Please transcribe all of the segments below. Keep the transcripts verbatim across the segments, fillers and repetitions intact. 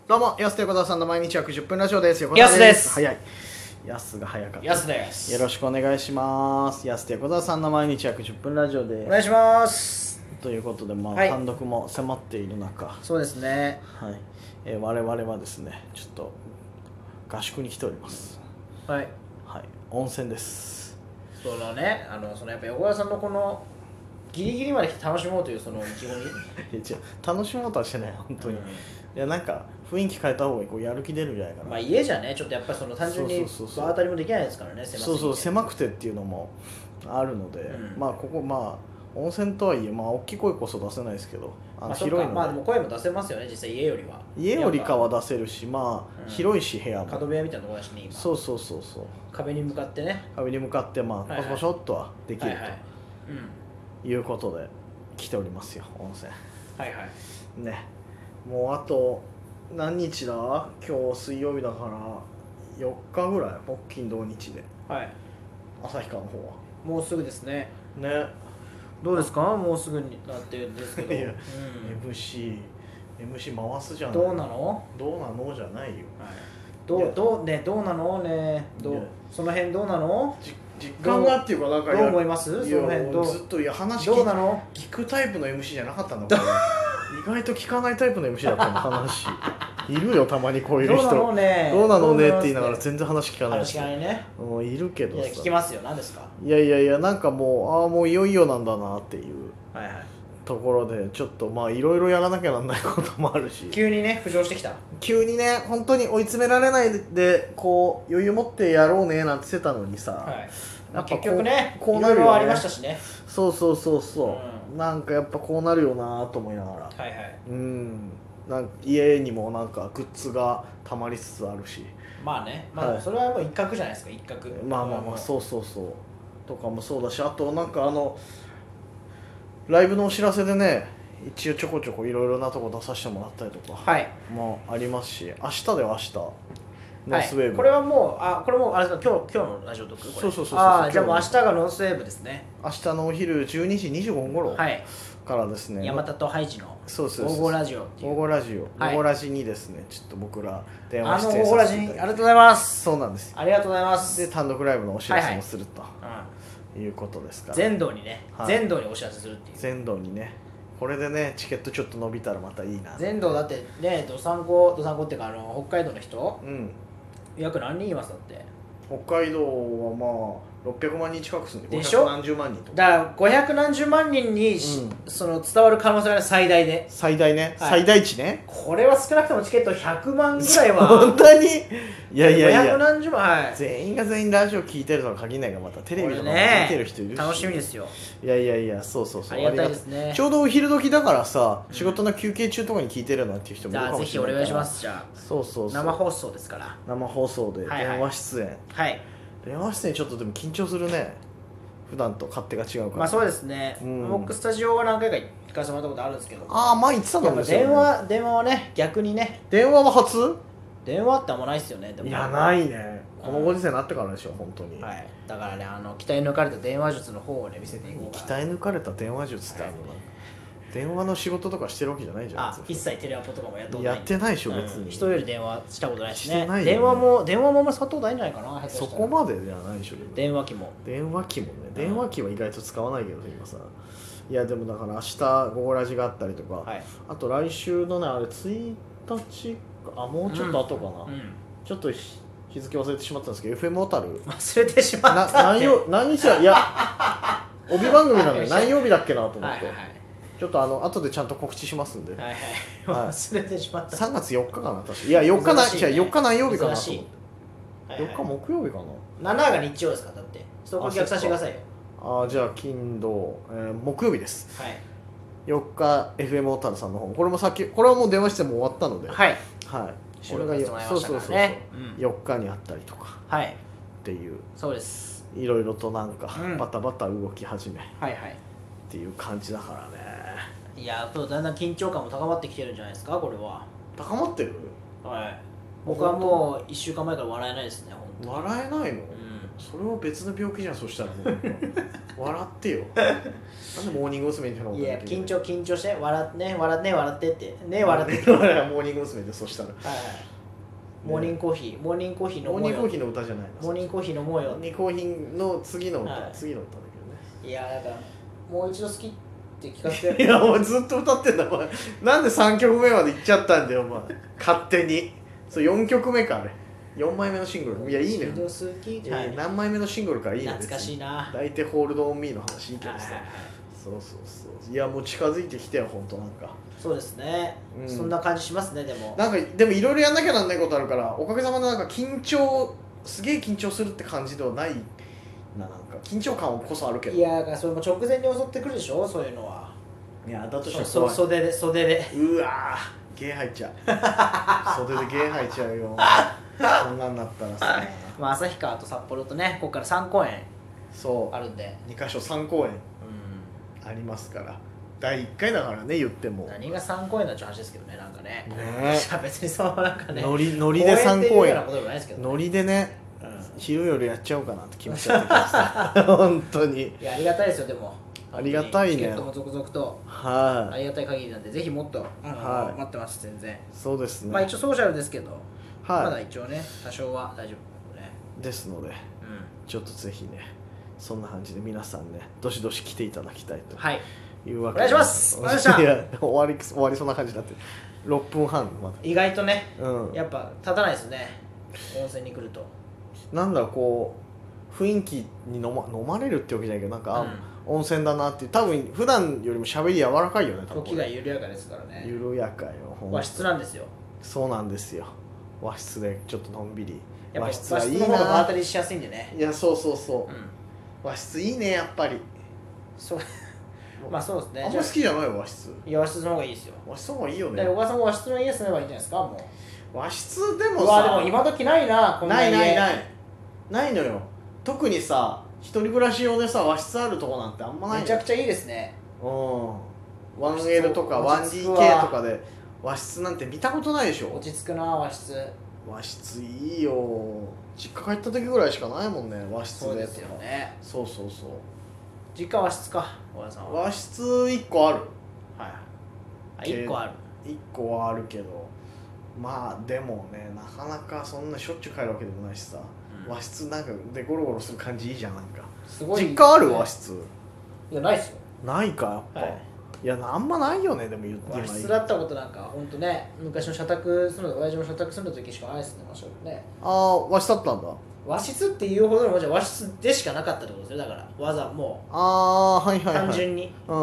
どうも、やすと横澤さんの毎日約じゅっぷんラジオです。横やすです。 早い。やすが早かった。 やすです。 よろしくお願いします。やすと横澤さんの毎日約じゅっぷんラジオです。 お願いします。 ということで、まあ、 はい単独も迫っている中、 そうですね。 はい、えー我々はですね、ちょっと合宿に来ております。 はい。 はい、温泉です。 そのね、あのそのやっぱ横田さんのこのギリギリまで来て楽しもうというその意気込み。 いや違う、楽しもうとはしてない、本当に。 うんいや、なんか雰囲気変えた方がいい、こうやる気出るんじゃないかな。 まあ家じゃね、ちょっとやっぱりその単純にそうそうそうそう場当たりもできないですからね。狭すぎてそうそう狭くてっていうのもあるので、 うんまあここまあ温泉とはいえ、まあ大きい声こそ出せないですけど、あのまあ、そっ広いので、 かまあでも声も出せますよね、実際家よりは。 家よりかはやっ出せるし、まあ、 うん広いし部屋も角部屋みたいなところだしね、今。 そうそうそうそう壁に向かってね。 壁に向かってまあはいはいポシポシっとはできるはいはい。うん。 ということで来ておりますよ、温泉はいはい。 ね。もうあと何日だ、今日水曜日だからよっかぐらい、木金土日ではい。 旭川の方はもうすぐですね。 ね。 どうですか？もうすぐになってるんですけど。 いや、 うんエムシーエムシー 回すじゃない。 どうなの？ どうなのじゃないよ。 はい、どうどうねどうなのねどうその辺どうなの？ じ実感がっていうか、なんかどう思います？その辺どうずっといや話どうなの？ 聞くタイプの エムシー じゃなかったんだこれ意外と聞かないタイプの エムシー だったの話いるよたまにこういう人。 どうなのねどうなのねって言いながら全然話聞かない話聞かないね。 もういるけどさ。 いや聞きますよ。何ですか？ いやいやいや、なんかもうああもういよいよなんだなっていうはいはい。 ところで、ちょっとまあいろいろやらなきゃなんないこともあるし、 急にね浮上してきた。 急にね本当に追い詰められないでこう余裕持ってやろうねなんてしてたのにさ、 はい。まあ、 やっぱこう結局ねこうなるよねいろいろありましたしね。 そうそうそうそう、 うんなんかやっぱこうなるよなと思いながら、 はいはい。 うんなんか家にもなんかグッズが溜まりつつあるし、 まあね、まあ、 はいそれはもう一角じゃないですか、一角。 まあまあまあうそうそうそうとかもそうだし、あとなんかあのライブのお知らせでね、一応ちょこちょこいろいろなとこ出させてもらったりとかはいもありますし、明日では明日ノはいースウェーブ、 これはもうあこれもあれですか、今日今日のラジオトークこれ。 そうそうそうそうああ、じゃあもう今日明日がノースウェーブですね。 明日のお昼じゅうにじにじゅうごふん頃はい。 からですね、 山田とハイジのそうそうそうゴーゴーラジオっていゴーう。 ゴーラジオ、 はいゴーゴーラジにですね、ちょっと僕ら電あの話出演ゴーゴーラジさせていただいて、 にありがとうございます。 そうなんです。 ありがとうございます。 で単独ライブのお知らせもするうん、 ということですから、 全道にね、 はい全道にお知らせするっていう。 全道にね、これでねチケットちょっと伸びたらまたいいな。 全道だってね、どさんこどさんこっていうかあの北海道の人うん約何人いますだって。 北海道はまあろっぴゃくまんにん近く住んで、 でしょごひゃくなんじゅうまんにんとか、 だからごひゃくなんじゅうまんにんに、 うんその伝わる可能性がある、最大で。 最大ね、 はい最大値ね。 これは少なくともチケットひゃくまんぐらいは。 本当にいやいやいごひゃくや、 なんじゅうまん、はい。 全員が全員ラジオ聞いてるとは限らないが、またテレビとかもこれね見てる人いるし、 楽しみですよ。 いやいやいや、そうそうそう、 ありがたいですね。 ちょうどお昼時だからさ、 うん仕事の休憩中とかに聞いてるなんていう人もいるかじゃあぜひおもしれないから、 願いします。じゃあそうそうそう、 生放送ですから。 生放送ではいはい電話出演、 はい。 電話出演ちょっとでも緊張するね、普段と勝手が違うから。 まあそうですね。 うん僕スタジオは何回か行かせてもらったことあるんですけど。 ああ、前言ってたやっぱのですよ、ね、 電話電話はね、逆にね、 電話は初？ 電話ってあんまないっすよね。でもいやないね、このご時世になってからでしょ本当に、 はい。だからね、あの鍛え抜かれた電話術の方をね見せていこうかな。 鍛え抜かれた電話術ってあるの、 はい電話の仕事とかしてるわけじゃないじゃん。 あ、一切テレアポとかもやったことない。 やってないでしょ別に、 うん人より電話したことないですね。 してないよね電話も電話もあんまり触ったことないんじゃないかな。下手したそらこまでじゃないでしょでも電話機も。 電話機もね、 ん電話機は意外と使わないけど今さ、いやでもだから明日ゴゴラジがあったりとか、 はい。 あと来週のねあれついたちか、あもうちょっと後かな、 うん。 ちょっと日日付忘れてしまったんですけど エフエム 小樽忘れてしまなったって。 何曜何日だいや帯番組なので何曜日だっけなと思って、 はいはいちょっとあの後でちゃんと告知しますんで、 はいはいはい忘れてしまった。 さんがつよっかかな確か、いやよっかな、 珍しいね違うよっか何曜日かな珍しいと思って、 はいはいよっか木曜日かな。 ななが日曜ですかだって。そこ逆させてくださいよ。 ああじゃあ金土、えー木曜日です。 はいよっか エフエム 小樽さんの方、これもさっきこれはもう電話しても終わったので、 はい。 はい、 収録させてもらいましたからねそうそうそううんよっかにあったりとかはい。 っていうそうです。 いろいろとなんかうんバタバタ動き始めっはいはい。 ていう感じだからね。 いや、そうだんだん緊張感も高まってきてるんじゃないですかこれは。 高まってる？ はい。僕はもういっしゅうかんまえから笑えないですね本当に。 笑えないの？ うん。 それは別の病気じゃん。そしたらもうなんか笑ってよ。なんでモーニング娘。みたいなこといや言って緊張緊張して笑ってね笑ってね笑ってってね笑ってってモーニング娘。でそしたらはいはいモーニングコーヒーモーニングコーヒー飲もうよモーニングコーヒーの歌じゃないの。 モーニングコーヒー飲もうよモーニングコーヒーの次の歌、 はい次の歌だいやなんかもう一度好きって聞かせてけどね。いやお前ずっと歌ってんだお前。なんでさんきょくめまで行っちゃったんだよお前。勝手に。そうよんきょくめかあれ。よんまいめのシングル。いやいいね。 一度好きいやはい何枚目のシングルかいいね。 懐かしいな大体ホールドオンミーの話いいけどさはいはいはい。 そうそうそう。いやもう近づいてきてよほんとなんか。 そうですね、 うんそんな感じしますねでもなんかでもいろいろやんなきゃなんないことあるからおかげさまでなんか緊張すげえ緊張するって感じではないな。なんか緊張感こそあるけどいやだからそれも直前に襲ってくるでしょそういうのはいやだとしたらそ怖い。 袖で袖でうわーゲー入っちゃう袖でゲー入っちゃうよそんなんなったらさまあ旭川と札幌とねここからさん公演そうあるんでにかしょさん公演うんありますからだいいっかいだからね言っても何がさん公演なんちゅう話ですけどねなんかねねいや別にそうなんかねノリノリでさん公演公演っていうようなことでもないですけど、ね、 ノリでねうん昼夜やっちゃおうかなって決めちゃってきました本当にいやありがたいですよでもありがたいねチケットも続々とはいありがたい限りなんでぜひもっとあの、 はい待ってます全然そうですね、 まあ一応ソーシャルですけど、 はいまだ一応ね多少は大丈夫ねですのでうんちょっとぜひねそんな感じで皆さんねどしどし来ていただきたいとはいいうわけお願いしますお願いしますいや終わり終わりそうな感じになってるろっぷんはんまだ意外とねうんやっぱ立たないですね温泉に来るとなんだろうこう雰囲気に飲ま飲まれるってわけじゃないけどなんか、あ温泉だなっていう多分普段よりも喋り柔らかいよね多分時が緩やかですからね緩やかよほんと和室なんですよそうなんですよ和室でちょっとのんびりやっぱ和和室はいい室の方が場当なたりしやすいんでねいやそうそうそう、 うん和室いいねやっぱりそうまあそうですねあんま好きじゃない和室いや和室の方がいいですよ和室の方がいいよねで小川さんも和室の家住めばいいんじゃないですかも和室でうもさうわでも今時ないなこんなない家ないないないのよ特にさ一人暮らし用でさ和室あるとこなんてあんまないのめちゃくちゃいいですねうん ワンエル とか ワンディーケー とかで和室なんて見たことないでしょ落ち着くな和室和室いいよ実家帰った時ぐらいしかないもんね和室でそうですよねそうそうそう実家和室か小川さんは和室いっこあるはいあいっこあるいっこはあるけどまあでもねなかなかそんなしょっちゅう帰るわけでもないしさ、うん、和室なんかでゴロゴロする感じいいじゃんなんかすごい実家ある和室いやないっすよないかやっぱ、はい、いやあんまないよねでも言って和室だったことなんかほんとね昔の社宅住んだ親父も社宅住んだ時しかないっすね場所ねああ和室だったんだ和室っていうほどのじゃ和室でしかなかったってことですよだからわざもうああはいはい、はい、 単純に、 うん、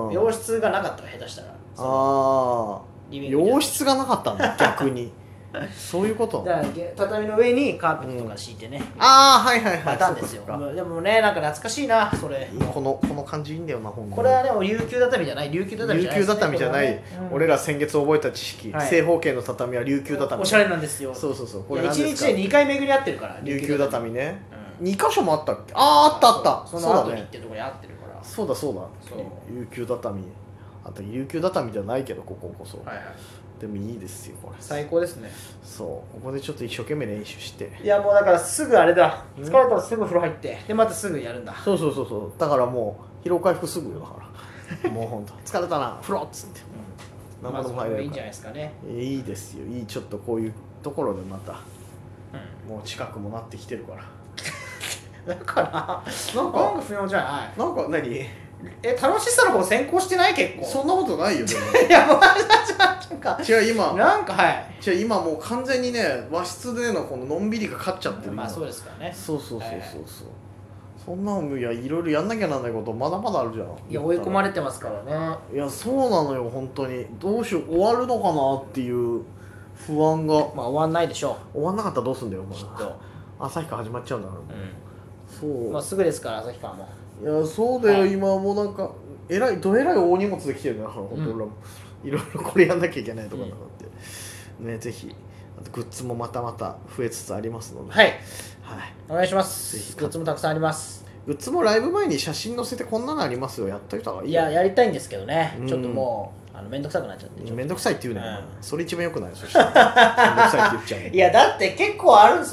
洋室がなかったら下手したらああ洋室がなかったんだ逆にそういうことだから畳の上にカーペットとか敷いてね、うん、 ああはいはいはいパターンですよでもねなんか懐かしいなそれこのこの感じいいんだよなほんとこれはね琉球畳じゃない琉球畳じゃない、 琉球畳じゃない、ねうん、俺ら先月覚えた知識、はい、正方形の畳は琉球畳おしゃれなんですよそうそうそうこれいちにちでにかい巡り合ってるから琉球畳ね、うん、にかしょもあったっけあああったあったその後にっていうところに合ってるからそうだそうだ琉球畳あと琉球畳じゃないけどこここそ、 はいはいでもいいですよこれ最高ですねそうここでちょっと一生懸命練習していやもうだからすぐあれだ疲れたらすぐ風呂入ってでまたすぐやるんだそうそうそうそうだからもう疲労回復すぐよだからもうほんと疲れたな風呂っつって、 うん、生でも入れるからいいんじゃないですかねいいですよいいちょっとこういうところでまた、うん、もう近くもなってきてるからだからなんかなんか不要じゃないなんか何え楽しさの方先行してない結構そんなことないよでもいやもうなんか違う今なんかはい違う今もう完全にね和室でのこののんびりが勝っちゃってるまあそうですからねそうそうそうそうそう、はいはい、そんなのいやいろいろやんなきゃなんないことまだまだあるじゃんいや追い込まれてますからねいやそうなのよ本当にどうしよう終わるのかなっていう不安がまあ終わんないでしょう終わんなかったらどうすんだよきっと旭川始まっちゃうんだから、うん、そうまあすぐですから旭川もいやそうだよ、はい、今もうなんかえらいどえらい大荷物で来てるな本当、うん、俺もいろいろこれやんなきゃいけないとかなって、うん、ねぜひあとグッズもまたまた増えつつありますのではい、 はい、 お願いしますぜひグッズもたくさんありますグッズもライブ前に写真載せてこんなのありますよやっといた方がいいいややりたいんですけどね、うん、ちょっともうあの面倒くさくなっちゃって面倒くさいって言うね、 うん、 それ一番よくないそしたら面倒くさいって言っちゃういやだって結構あるんですもん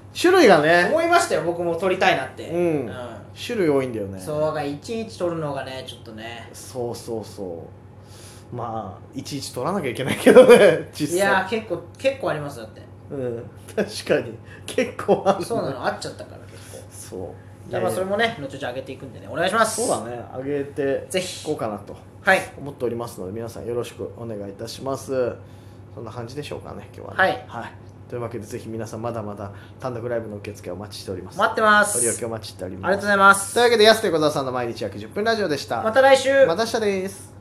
種類がね思いましたよ、僕も撮りたいなって。 うん、種類多いんだよね。 そうがいちいち撮るのがねちょっとね。 そうそうそうまあいちいち撮らなきゃいけないけどね実際。 いや結構結構ありますだって。 うん確かに結構ある、ね、 そうなのあっちゃったから結構。 そうじゃあまあそれもね後々上げていくんでねお願いします。 そうだね上げてぜひいこうかなとはい思っておりますので皆さんよろしくお願いいたします。そんな感じでしょうかね今日はね。 はい、 はい、というわけでぜひ皆さんまだまだ単独ライブの受付をお待ちしております。 待ってます。 ご利用お待ちしております。 ありがとうございます。 というわけでやすと横澤さんの毎日約じゅっぷんラジオでした。 また来週。 また明日です。